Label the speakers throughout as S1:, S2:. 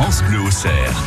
S1: France Bleu Auxerre.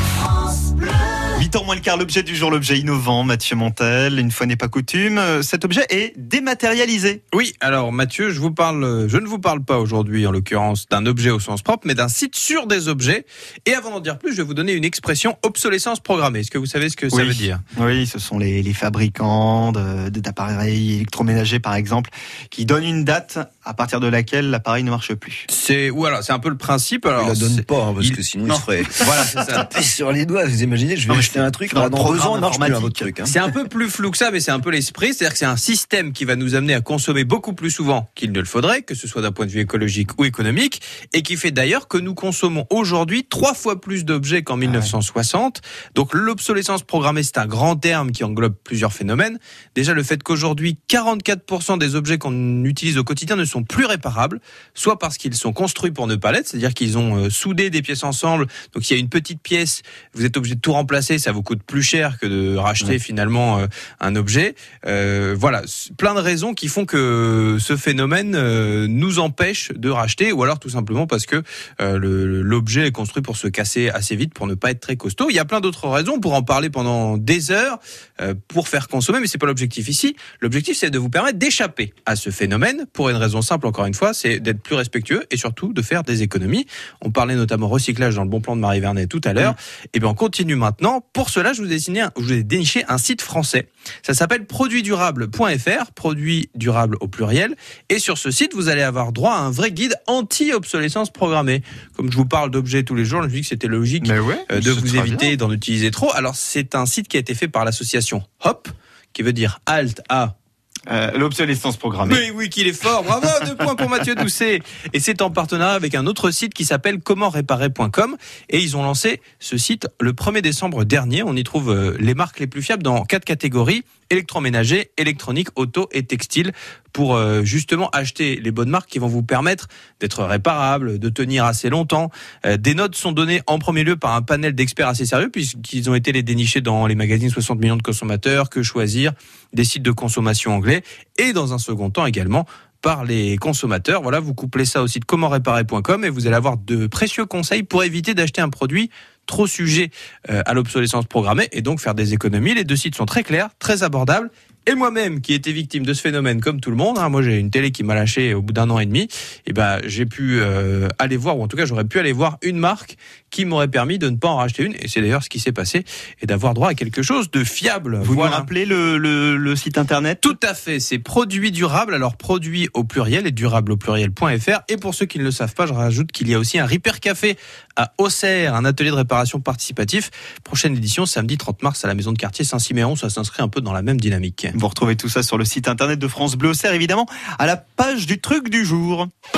S1: 8h moins le quart, l'objet du jour, l'objet innovant, Mathieu Montel. Une fois n'est pas coutume, cet objet est dématérialisé.
S2: Oui, alors Mathieu, je ne vous parle pas aujourd'hui en l'occurrence d'un objet au sens propre, mais d'un site sur des objets. Et avant d'en dire plus, je vais vous donner une expression obsolescence programmée. Est-ce que vous savez ce que ça veut dire ?
S1: Oui, ce sont les fabricants d'appareils électroménagers par exemple, qui donnent une date à partir de laquelle l'appareil ne marche plus.
S2: C'est un peu le principe. Alors,
S3: il la donne pas, parce que sinon il se ferait.
S2: Voilà, c'est ça.
S3: Taper sur les doigts. Vous imaginez, je vais acheter un truc, dans 2 ans, il marche plus un autre truc.
S2: C'est un peu plus flou que ça, mais c'est un peu l'esprit. C'est-à-dire que c'est un système qui va nous amener à consommer beaucoup plus souvent qu'il ne le faudrait, que ce soit d'un point de vue écologique ou économique, et qui fait d'ailleurs que nous consommons aujourd'hui 3 fois plus d'objets qu'en 1960. Donc l'obsolescence programmée, c'est un grand terme qui englobe plusieurs phénomènes. Déjà, le fait qu'aujourd'hui, 44% des objets qu'on utilise au quotidien ne sont plus réparables, soit parce qu'ils sont construits pour ne pas l'être, c'est-à-dire qu'ils ont soudé des pièces ensemble. Donc il y a une petite pièce, vous êtes obligé de tout remplacer, ça vous coûte plus cher que de racheter finalement un objet. Voilà, plein de raisons qui font que ce phénomène nous empêche de racheter, ou alors tout simplement parce que l'objet est construit pour se casser assez vite, pour ne pas être très costaud. Il y a plein d'autres raisons, pour en parler pendant des heures, pour faire consommer, mais c'est pas l'objectif ici. L'objectif, c'est de vous permettre d'échapper à ce phénomène, pour une raison simple, encore une fois, c'est d'être plus respectueux et surtout de faire des économies. On parlait notamment recyclage dans le bon plan de Marie Vernet tout à l'heure. Et bien on continue maintenant. Pour cela, je vous ai déniché un site français. Ça s'appelle produitsdurables.fr, produits durables au pluriel. Et sur ce site, vous allez avoir droit à un vrai guide anti-obsolescence programmée. Comme je vous parle d'objets tous les jours, je me dis que c'était logique de vous éviter d'en utiliser trop. Alors c'est un site qui a été fait par l'association HOP, qui veut dire Halt à
S1: l'obsolescence programmée.
S2: Mais oui, qu'il est fort. Bravo, 2 points pour Mathieu Doucet. Et c'est en partenariat avec un autre site qui s'appelle commentréparer.com. Et ils ont lancé ce site le 1er décembre dernier. On y trouve les marques les plus fiables dans 4 catégories: électroménager, électronique, auto et textile, pour justement acheter les bonnes marques qui vont vous permettre d'être réparables, de tenir assez longtemps. Des notes sont données en premier lieu par un panel d'experts assez sérieux, puisqu'ils ont été les dénichés dans les magazines 60 millions de consommateurs, Que Choisir, des sites de consommation anglais, et dans un second temps également par les consommateurs. Voilà, vous couplez ça au site commentréparer.com et vous allez avoir de précieux conseils pour éviter d'acheter un produit trop sujet à l'obsolescence programmée et donc faire des économies. Les 2 sites sont très clairs, très abordables. Et moi-même, qui étais victime de ce phénomène comme tout le monde, moi j'ai une télé qui m'a lâché au bout d'1 an et demi, et j'ai pu aller voir, ou en tout cas j'aurais pu aller voir une marque qui m'aurait permis de ne pas en racheter une, et c'est d'ailleurs ce qui s'est passé, et d'avoir droit à quelque chose de fiable.
S1: Vous nous rappelez le site internet ?
S2: Tout à fait, c'est produits durables, alors produits au pluriel et durable au pluriel.fr. Et pour ceux qui ne le savent pas, je rajoute qu'il y a aussi un Repair Café à Auxerre, un atelier de réparation participatif. Prochaine édition, samedi 30 mars à la maison de quartier Saint-Siméon, ça s'inscrit un peu dans la même dynamique.
S1: Vous retrouvez tout ça sur le site internet de France Bleu Auxerre, évidemment, à la page du truc du jour.